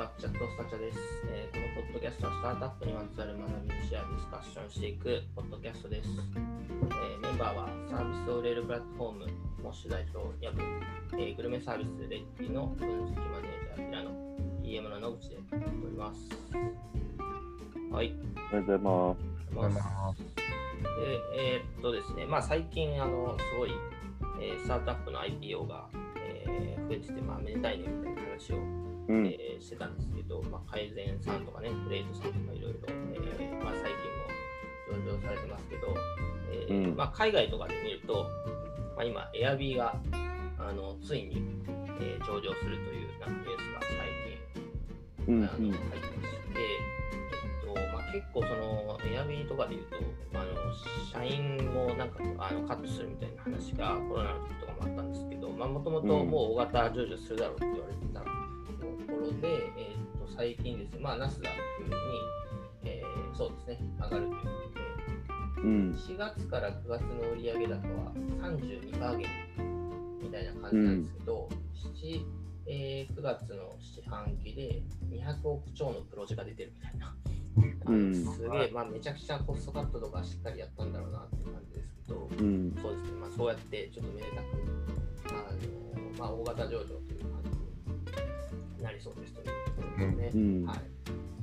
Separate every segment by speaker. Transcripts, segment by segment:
Speaker 1: タップチャットスタチャです。このポッドキャストはスタートアップにまつわる学びをシェアディスカッションしていくポッドキャストです。メンバーはサービスを売れるプラットフォームモッシュ代表ヤブ、グルメサービスレッティの分析マネージャー平野、PM の野口でやっております。はい。
Speaker 2: おはようございます。
Speaker 1: でですね、最近すごい、スタートアップの IPO が、増えてて、めでたいねみたいな話を、してたんですけど、改善さんとかね、プレートさんとかいろいろ、最近も上場されてますけど、海外とかで見ると、今、Airb がついに、上場するというニュースが最近、入ってまして、結構そのAirbとかで言うと社員をカットするみたいな話がコロナの時とかもあったんですけど、もともともう大型上場するだろうって言われてたところで、最近ですね、ナスダックに、そうですね、上がるということで、4月から9月の売上高は 32% 減みたいな感じなんですけど、9月の四半期で200億超の黒字が出てるみたいな。すげえ、めちゃくちゃコストカットとかしっかりやったんだろうなっていう感じですけど、そうですね、そうやってちょっとめでたく、大型上場という感じになりそうですというところですね。はい。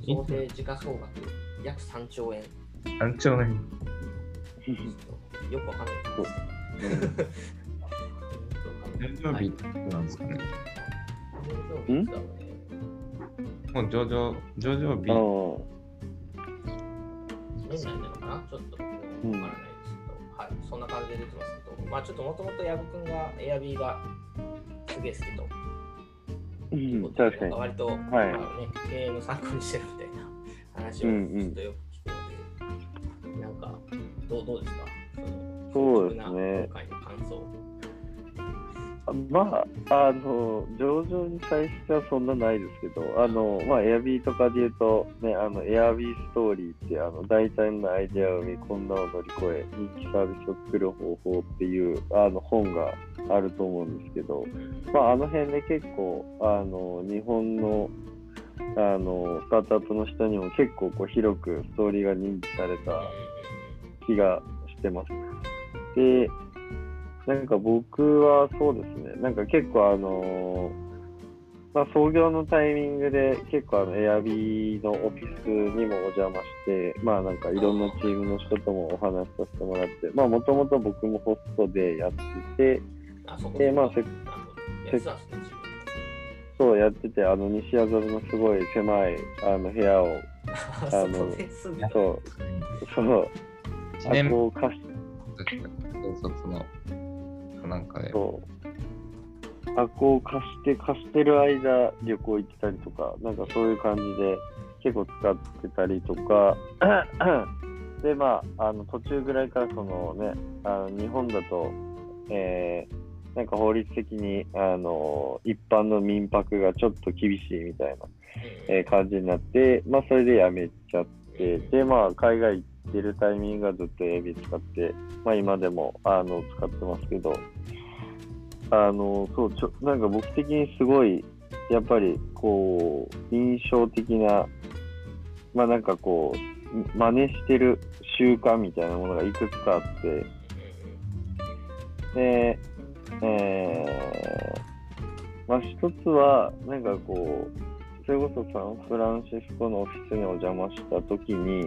Speaker 1: 想定時価総額約3兆円。
Speaker 3: 3兆円
Speaker 1: よくわかんない
Speaker 3: です。上場日なんですかね。
Speaker 1: 上場日だろうね。
Speaker 3: もう上場日。
Speaker 1: 年内なのかなちょっとわからないですけど、はい、そんな感じで出てますけど、ちょっともともと矢部君がAirbがすげえ好きということで、割と、経営の参考にしてるみたいな話をちょっとよく聞くので、どうですか
Speaker 2: そうですね。
Speaker 1: 今回の感想。
Speaker 2: 上場に際してはそんなないですけど、Airb とかで言うと、ね、Airb ストーリーって、大体のアイデアを生み、困難を乗り越え、人気サービスを作る方法っていう、本があると思うんですけど、あの辺で結構、日本の、スタートアップの人にも結構広くストーリーが認知された気がしてます。で、僕はそうですね、結構創業のタイミングで結構Airbのオフィスにもお邪魔して、いろんなチームの人ともお話しさせてもらって、もともと僕もホストでやってて、そうやってて、西麻布のすごい狭い部屋を貸して箱を貸してる間旅行行ってたりとか、そういう感じで結構使ってたりとかで途中ぐらいからそのね日本だと、法律的に一般の民泊がちょっと厳しいみたいな、感じになって、それでやめちゃって、で海外行ってるタイミングがずっとAirb使って、今でも使ってますけど、僕的にすごいやっぱり印象的な真似してる習慣みたいなものがいくつかあって、で一つはそれこそサンフランシスコのオフィスにお邪魔したときに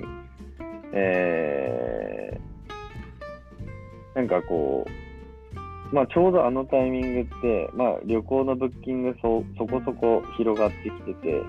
Speaker 2: ちょうどあのタイミングって、旅行のブッキングそこそこ広がってきてて、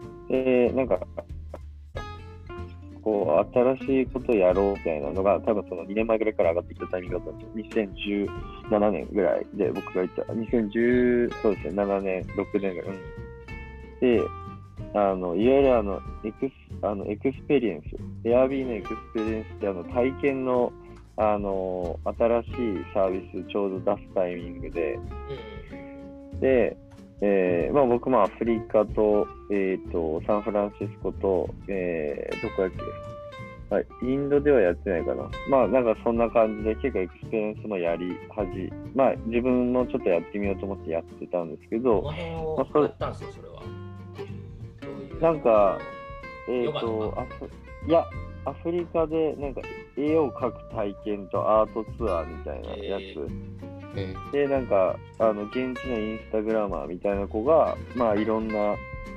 Speaker 2: 新しいことやろうみたいなのが、多分その2年前ぐらいから上がってきたタイミングだったんですよ。2017年ぐらいで、僕が言った、そうですね、7年、6年ぐらい。で、いわゆるエクスペリエンス、Airbのエクスペリエンスって体験の新しいサービスちょうど出すタイミングで、僕もアフリカと、サンフランシスコと、どこやっけ、インドではやってないかな。そんな感じで結構エクスペリエンスも自分もちょっとやってみようと思ってやってたんですけど、
Speaker 1: この辺をやったんですよ、それは。どう
Speaker 2: なんか、
Speaker 1: ヨガとか
Speaker 2: アフリカでなんか絵を描く体験とアートツアーみたいなやつ、でなんか現地のインスタグラマーみたいな子がまあいろんな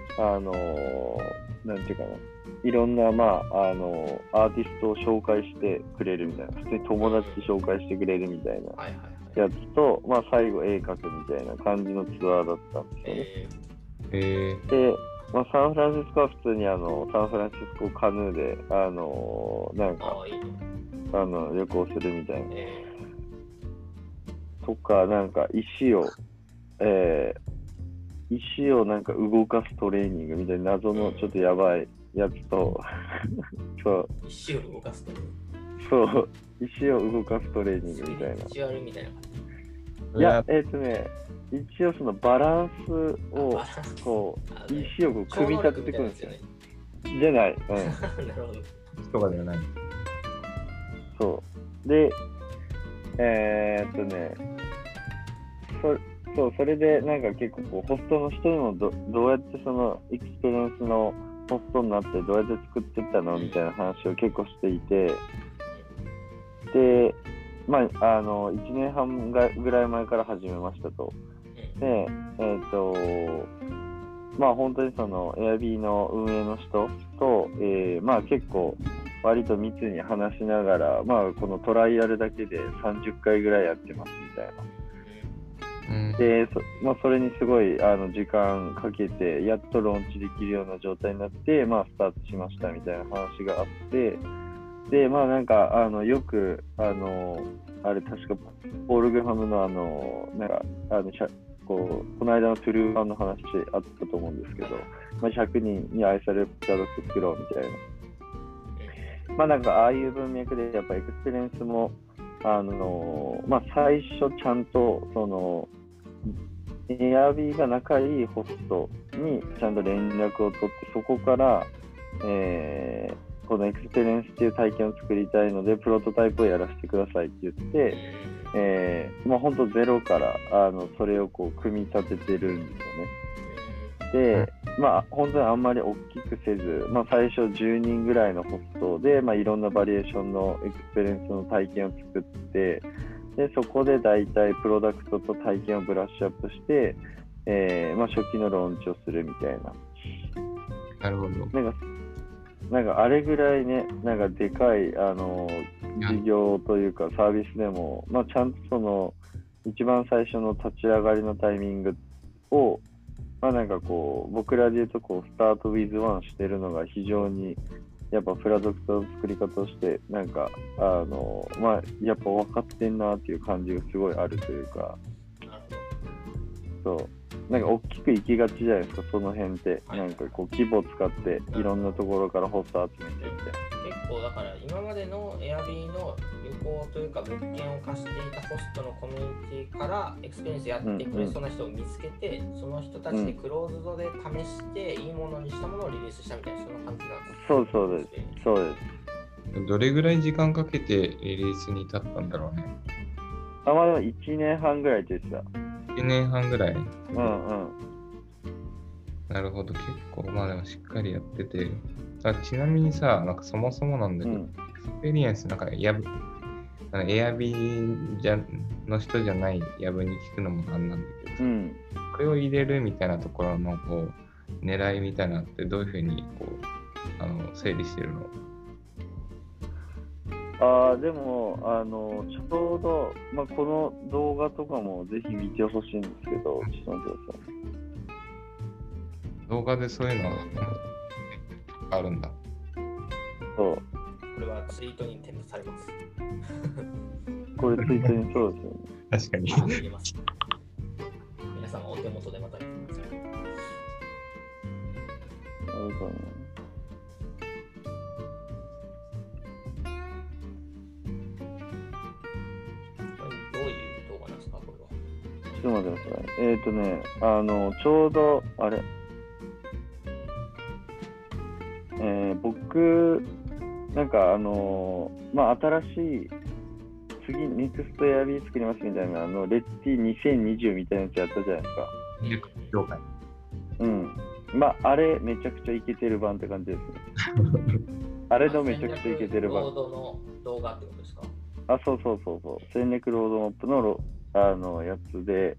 Speaker 2: なんていうかないろんなまあアーティストを紹介してくれるみたいな、普通に友達紹介してくれるみたいなやつと、まあ最後絵描くみたいな感じのツアーだったんですよね。でまあ、サンフランシスコは普通にサンフランシスコカヌーでなんか旅行するみたいな、とかなんか石をなんか動かすトレーニングみたいな謎のちょっとやばいやつとそう
Speaker 1: 石を動かすトレーニング、
Speaker 2: そう石を動かすトレーニングみたいな、
Speaker 1: ビジュアルみたいな感じ。
Speaker 2: いや一応そのバランスをこう石をこう組み立てていくんですよね。じゃない。
Speaker 1: なるほど。
Speaker 3: とかではない。
Speaker 2: そうでそれでなんか結構こうホストの人にもどうやってそのエクスペリエンスのホストになってどうやって作っていったのみたいな話を結構していて、でまあ1年半ぐらい前から始めましたと。でまあ本当にその Airb の運営の人と、まあ結構割と密に話しながら、まあこのトライアルだけで30回ぐらいやってますみたいな。でまあ、それにすごい時間かけてやっとローンチできるような状態になって、まあ、スタートしましたみたいな話があって、でまあなんかよくあれ確かポール・グハムのなんかこの間のトゥルーマンの話あったと思うんですけど、まあ、100人に愛されるプロダクト作ろうみたいな、まあなんかああいう文脈でやっぱエクスペリエンスもまあ、最初ちゃんとその Airb が仲いいホストにちゃんと連絡を取って、そこから、このエクスペリエンスっていう体験を作りたいのでプロトタイプをやらせてくださいって言って、まあ、本当ゼロからそれをこう組み立ててるんですよね。でまあ本当にあんまり大きくせず、まあ、最初10人ぐらいのホストで、まあ、いろんなバリエーションのエクスペリエンスの体験を作って、でそこで大体プロダクトと体験をブラッシュアップして、まあ、初期のローンチをするみたいな。
Speaker 3: なるほど。
Speaker 2: なんかあれぐらいね、なんかでかい事業というかサービスでも、まあ、ちゃんとその一番最初の立ち上がりのタイミングを、まあなんかこう僕らで言うとこうスタートウィズワンしてるのが非常にやっぱプロダクトの作り方としてなんかまあやっぱ分かってんなっていう感じがすごいあるというか、そうなんか大きく行きがちじゃないですか、その辺って。なんかこう規模を使っていろんなところからホスト集めてみたいな。
Speaker 1: 結構だから今までの Airb の旅行というか物件を貸していたホストのコミュニティからエクスペリエンスやってくれそうな人を見つけて、その人たちでクローズドで試していいものにしたものをリリースしたみたいな、そんな感じなんですか？
Speaker 2: そうです。
Speaker 3: どれぐらい時間かけてリリースに至ったんだろうね。
Speaker 2: まあでも1年半ぐらいでした。
Speaker 3: 1年半ぐらい。
Speaker 2: な
Speaker 3: るほど、結構まあでもしっかりやってて。ちなみにさ、なんかそもそもなんだけど、エクスペリエンスなんかAirb の人じゃないヤブに聞くのもなんなんだけどさ、これを入れるみたいなところのこう狙いみたいなのってどういうふうにこう整理してるの？
Speaker 2: でもちょうど、まあ、この動画とかもぜひ見てほしいんですけど、ちょっと待ってください。
Speaker 3: 動画でそういうのあるんだ。
Speaker 2: そう。
Speaker 1: これはツイートに添付されます。
Speaker 2: これツイートにそうですよね。
Speaker 3: 確かに。
Speaker 1: 入れます。皆さんお手元でまた見てください。
Speaker 2: なるほどね。
Speaker 1: どういう動画なんですか、これは。
Speaker 2: ちょっと待ってください。ちょうど、あれ僕、なんかまあ、新しい、次、ネクストAirb作りますみたいな、レッティ2020みたいなやつやったじゃないですか。
Speaker 3: 了解。
Speaker 2: まあ、あれめちゃくちゃイケてる版って感じですね。あれのめちゃくちゃイケてる版。
Speaker 1: ロードの動画ってことですか？
Speaker 2: あ、そう。戦略ロードマップのやつで、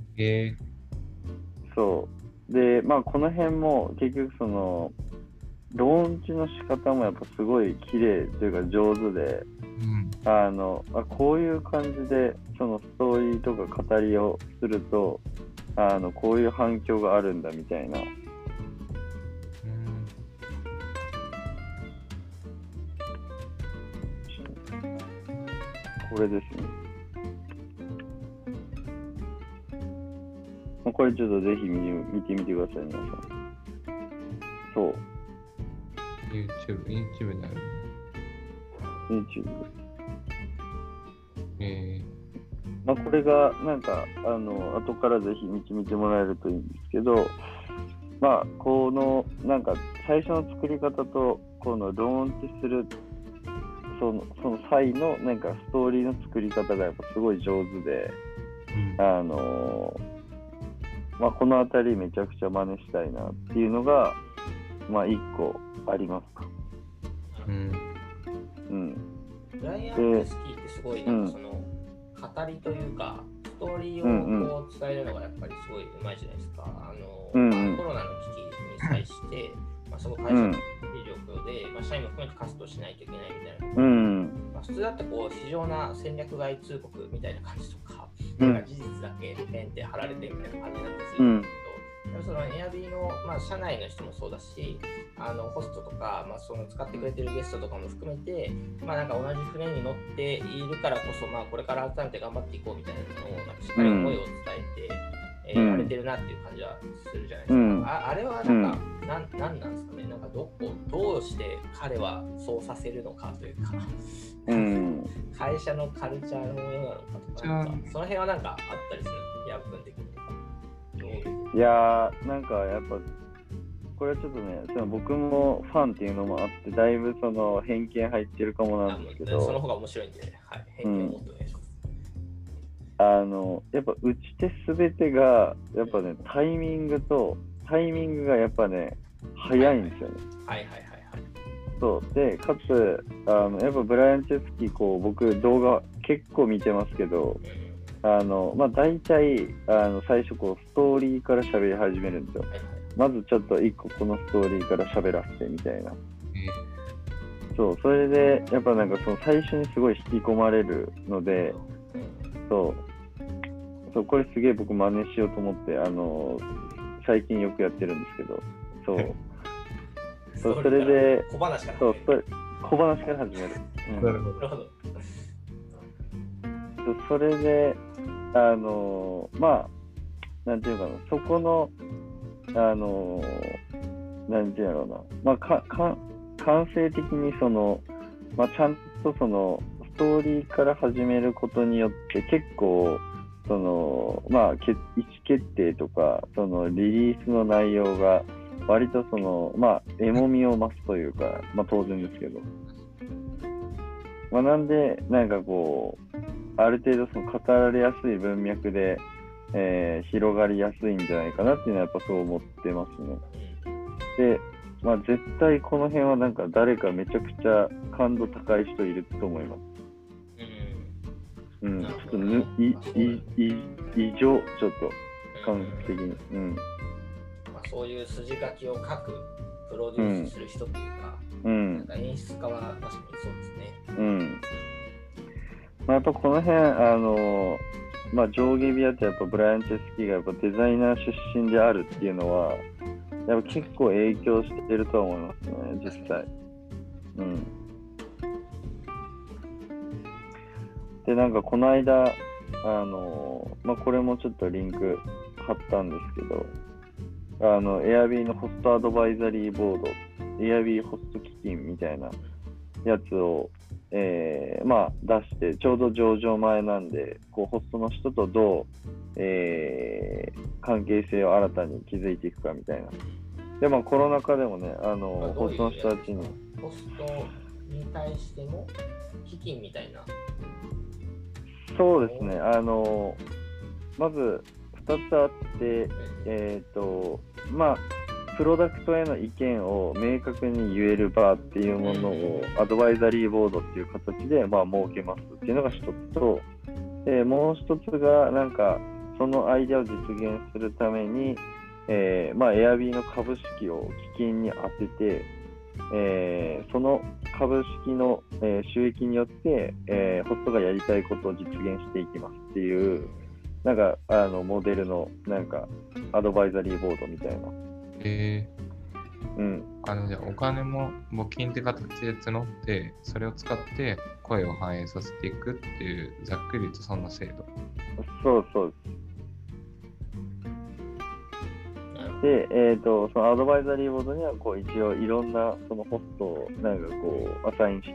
Speaker 2: そう。で、まあ、この辺も結局その、ローンチの仕方もやっぱすごい綺麗というか上手で、こういう感じでそのストーリーとか語りをすると、こういう反響があるんだみたいな。これですね。これちょっとぜひ見てみてください、皆さん。そう。
Speaker 3: YouTube である。
Speaker 2: YouTube。まあ、これがなんか後からぜひ見てもらえるといいんですけど、まあこのなんか最初の作り方とこのローンチするその際のなんかストーリーの作り方がやっぱすごい上手で、まあこのあたりめちゃくちゃ真似したいなっていうのがまあ一個ありますか。
Speaker 1: ライアン・テスキーってすごいなんかその語りというかストーリーをこう伝えるのがやっぱりすごいうまいじゃないですか。コロナの危機に際して、その会社の状況で、社員も含めて活動しないといけないみたいなところ、普通だってこう非常な戦略外通告みたいな感じとか、なんか事実だけペンって貼られてみたいな感じになってするんですけど、そのエアビーの、社内の人もそうだし、ホストとか、その使ってくれてるゲストとかも含めて、なんか同じ船に乗っているからこそ、これから改めて頑張っていこうみたいなのをなんかしっかり思いを伝えて、やれてるなっていう感じはするじゃないですか。あれはなんか、なんなんですかね、なんかどうして彼はそうさせるのかというか、会社のカルチャーのものなのかとか、その辺はなんかあったりする、ヤブ君的に。
Speaker 2: いやー、なんかやっぱこれはちょっとね、その僕もファンっていうのもあってだいぶその偏見入ってるかもなんですけど、
Speaker 1: その方が面白いんで、はい、偏見を持ってお願いします。
Speaker 2: やっぱ打ち手すべてがやっぱね、タイミングがやっぱね早いんですよね。そうで、かつやっぱブライアン・チェスキーこう僕動画結構見てますけど、大体最初こうストーリーから喋り始めるんですよ。まずちょっと一個このストーリーから喋らせてみたいな。そう、それでやっぱなんかその最初にすごい引き込まれるので、そうこれすげえ僕真似しようと思って最近よくやってるんですけど、それで
Speaker 1: 小話から
Speaker 2: 始める。
Speaker 1: なるほど。
Speaker 2: それでなんていうかな、そこのなんていうのな、感性的にそのちゃんとそのストーリーから始めることによって結構その意思決定とかそのリリースの内容が割とそのエモみを増すというか、当然ですけど、なんでなんかこうある程度その語られやすい文脈で、広がりやすいんじゃないかなっていうのはやっぱそう思ってますね。で、絶対この辺はなんか誰かめちゃくちゃ感度高い人いると思います。ちょっと異常、ちょっと感覚的に。
Speaker 1: そういう筋書きを書くプロデュースする人っていうか、なんか演出家は確かにそうですね。
Speaker 2: あとこの辺上下ビアってやっぱブライアン・チェスキーがやっぱデザイナー出身であるっていうのはやっぱ結構影響してると思いますね、実際。で、なんかこの間これもちょっとリンク貼ったんですけど、Airb のホストアドバイザリーボード、Airb ホスト基金みたいなやつを出してちょうど上場前なんで、こうホストの人とどう、関係性を新たに築いていくかみたいな。でコロナ禍でもね、ホストの人たちに
Speaker 1: ホストに対しても基金みたいな。
Speaker 2: そうですね、まず2つあって、 プロダクトへの意見を明確に言える場っていうものをアドバイザリーボードっていう形で設けますっていうのが一つと、もう一つがなんかそのアイデアを実現するために、Airb の株式を基金に当てて、その株式の、収益によって、ホストがやりたいことを実現していきますっていうなんかモデルのなんかアドバイザリーボードみたいな。
Speaker 3: うん。じゃあお金も募金って形で募って、それを使って声を反映させていくっていう、ざっくり言うとそんな制度。
Speaker 2: そうです。で、そのアドバイザリーボードにはこう一応いろんなそのホストをなんかこうアサインして、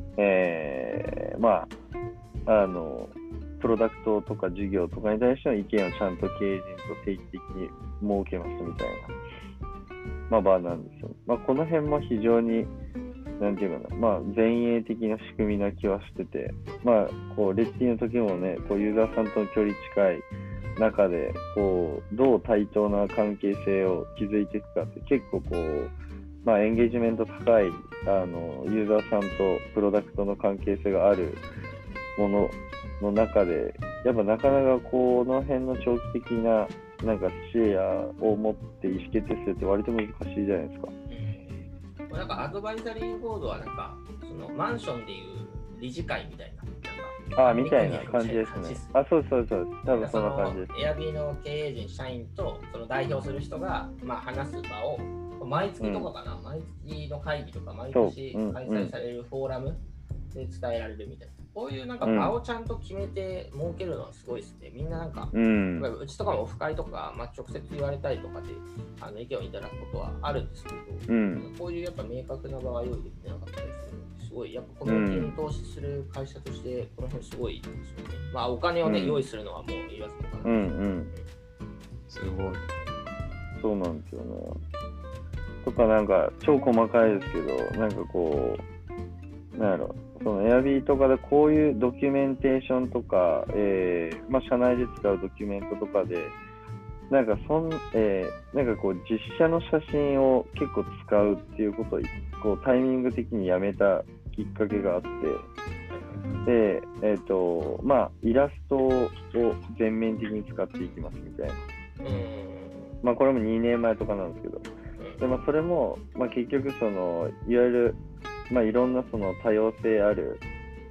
Speaker 2: プロダクトとか事業とかに対しての意見をちゃんと経営陣と定期的に設けますみたいな、場なんですよ。この辺も非常になんていうかな、前衛的な仕組みな気はしてて、こうレッティの時もね、こうユーザーさんとの距離近い中でこうどう対等な関係性を築いていくかって結構こう、エンゲージメント高いユーザーさんとプロダクトの関係性があるものの中で、やっぱなかなかこの辺の長期的ななんかシェアを持って意思決定するって割と難しいじゃないですか。
Speaker 1: なんかアドバイザリーボードはなんかそのマンションでいう理事会みたいな。
Speaker 2: みたいな感じですね。そうです。多分そんな感じです。
Speaker 1: Airb の経営陣、社員とその代表する人が、話す場を毎月とかかな、毎月の会議とか毎年開催されるフォーラムで伝えられるみたいな。こういうなんか場をちゃんと決めて設けるのはすごいですね。みんななんか、うちとかもオフ会とか、直接言われたりとかで意見をいただくことはあるんですけど、こういうやっぱ明確な場は用意できてなかったりする。すごい、やっぱコミュニティに投資する会社として、この辺すごいですよね。お金をね、用意するのはもう言わずとか
Speaker 3: すごい。
Speaker 2: そうなんですよね。とかなんか、超細かいですけど、なんかこう、なんやろ、その Airb とかでこういうドキュメンテーションとか、社内で使うドキュメントとかで、なんかなんかこう実写の写真を結構使うっていうことをこうタイミング的にやめたきっかけがあって、で、イラストを全面的に使っていきますみたいな。これも2年前とかなんですけど、でそれも、結局そのいわゆるいろんなその多様性ある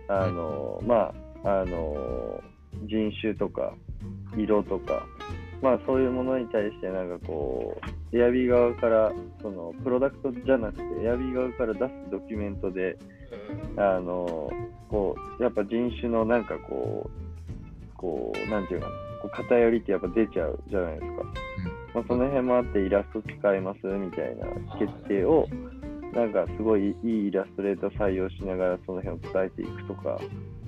Speaker 2: 人種とか色とか。そういうものに対してなんかこう Airb 側からそのプロダクトじゃなくて Airb 側から出すドキュメントでこうやっぱ人種のなんかこうなんていうかな、こう偏りってやっぱ出ちゃうじゃないですか。その辺もあってイラスト使いますみたいな決定をなんかすごいいいイラストレーター採用しながらその辺を伝えていくとか。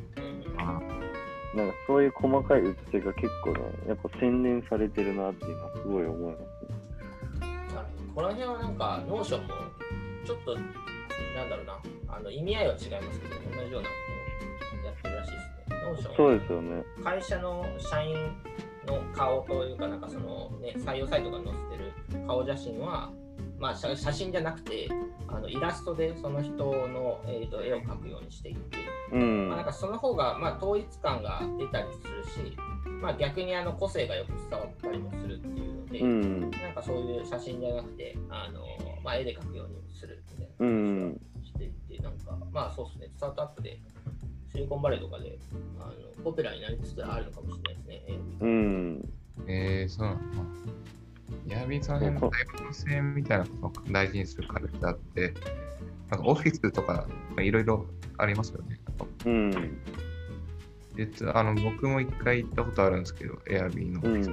Speaker 2: なんかそういう細かい打ち手が結構ね、やっぱ洗練されてるなっていうのはすごい思いますね。
Speaker 1: この辺はなんかノーションもちょっとなんだろうな、意味合いは違いますけど、同じようなことをやってるらしいですね。ノーションは
Speaker 2: そうですよね。
Speaker 1: 会社の社員の顔というか、なんかそのね、採用サイトが載せてる顔写真は、写真じゃなくてイラストでその人の、絵を描くようにしていって、なんかその方が統一感が出たりするし、逆に個性がよく伝わったりもするっていうので、なんかそういう写真じゃなくて絵で描くようにするみたいな話をしていて、なんかそうですね、スタートアップでシリコンバレーとかでポピュラーになりつつあるのかもしれないですね。
Speaker 3: そうなの。Airbさんの多様性みたいなことを大事にするカルチャーって、なんかオフィスとかいろいろありますよね。実は僕も一回行ったことあるんですけど、Airbのオフィス。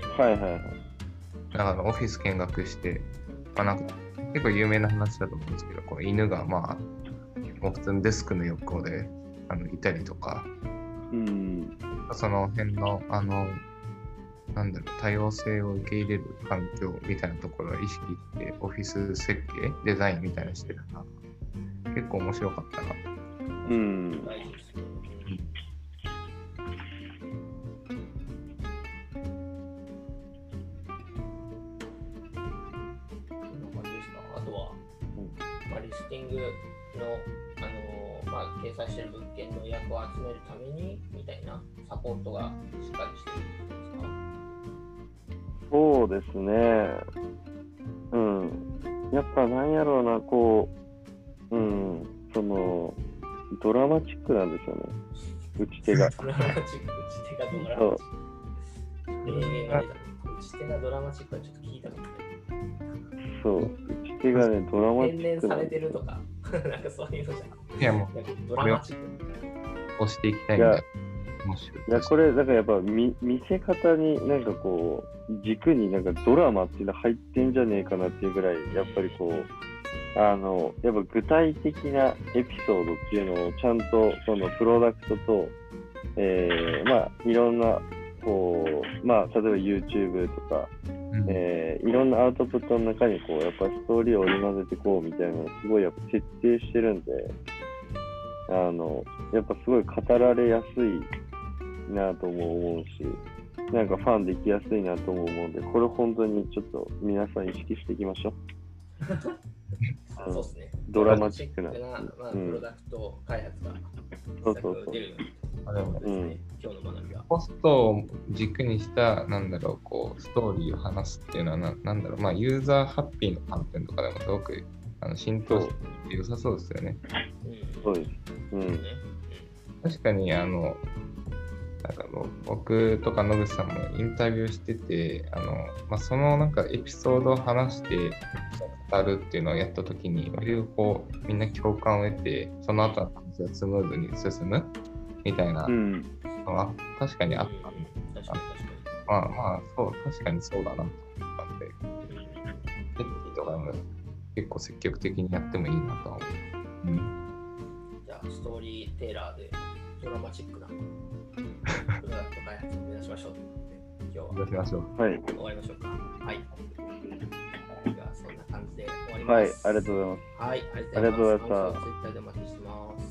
Speaker 3: オフィス見学して、なんか結構有名な話だと思うんですけど、この犬が普通のデスクの横でいたりとか、その辺の多様性を受け入れる環境みたいなところを意識してオフィス設計、デザインみたいなしてるな。結構面白かったな。
Speaker 1: の、掲載している物件の予約を集めるためにみたいなサポートがしっかりしているんですか？
Speaker 2: そうですね。うん。やっぱなんやろうな、ドラマチックなんですよね。打ち手が。
Speaker 1: ドラマチック、打ち手がドラマチック。例言が出た。打ち手がドラマチックはちょっと聞いたことない。
Speaker 2: そう、打ち手がね、ドラマチック。
Speaker 1: 洗練されてるとか、なんかそういうのじゃん。
Speaker 3: いやもう、
Speaker 1: ドラマチック。
Speaker 3: 押していきたいんで。
Speaker 2: いや、これ、だからやっぱ見せ方になんか軸になんかドラマっていうの入ってんじゃねえかなっていうぐらい、やっぱりやっぱ具体的なエピソードっていうのをちゃんとそのプロダクトと、いろんな、例えば YouTube とか、いろんなアウトプットの中にやっぱストーリーを織り交ぜていこうみたいなのをすごいやっぱ徹底してるんで、やっぱすごい語られやすいなとも思うし、なんかファンできやすいなとも思うんで、これ本当にちょっと皆さん意識していきましょう。
Speaker 1: そうですね。
Speaker 2: ドラマチックな、
Speaker 1: プロダクト開発が出るように、今日の学びは。
Speaker 3: コストを軸にしたストーリーを話すっていうのはユーザーハッピーの観点とかでもすごく浸透して良さそうですよね。
Speaker 2: そうです。
Speaker 3: 確かに僕とか野口さんもインタビューしててそのエピソードを話して語るっていうのをやったときに割とみんな共感を得てその後の話がスムーズに進むみたいなのは確かにあった。そう確かにそうだなと思ったんで、ペッティとかも結構積極的にやってもいいなと思う。
Speaker 1: じゃあストーリーテーラーでドラマチックなプロダクト開発を目指しましょうということで、今日は
Speaker 3: 目指しましょう。
Speaker 2: はい。
Speaker 1: 終わりましょうか。はい。ではそんな感じで終わります。
Speaker 2: はい、ありがとうございます。
Speaker 1: はい、ありがとうございます。ツイッターでお待ちしてます。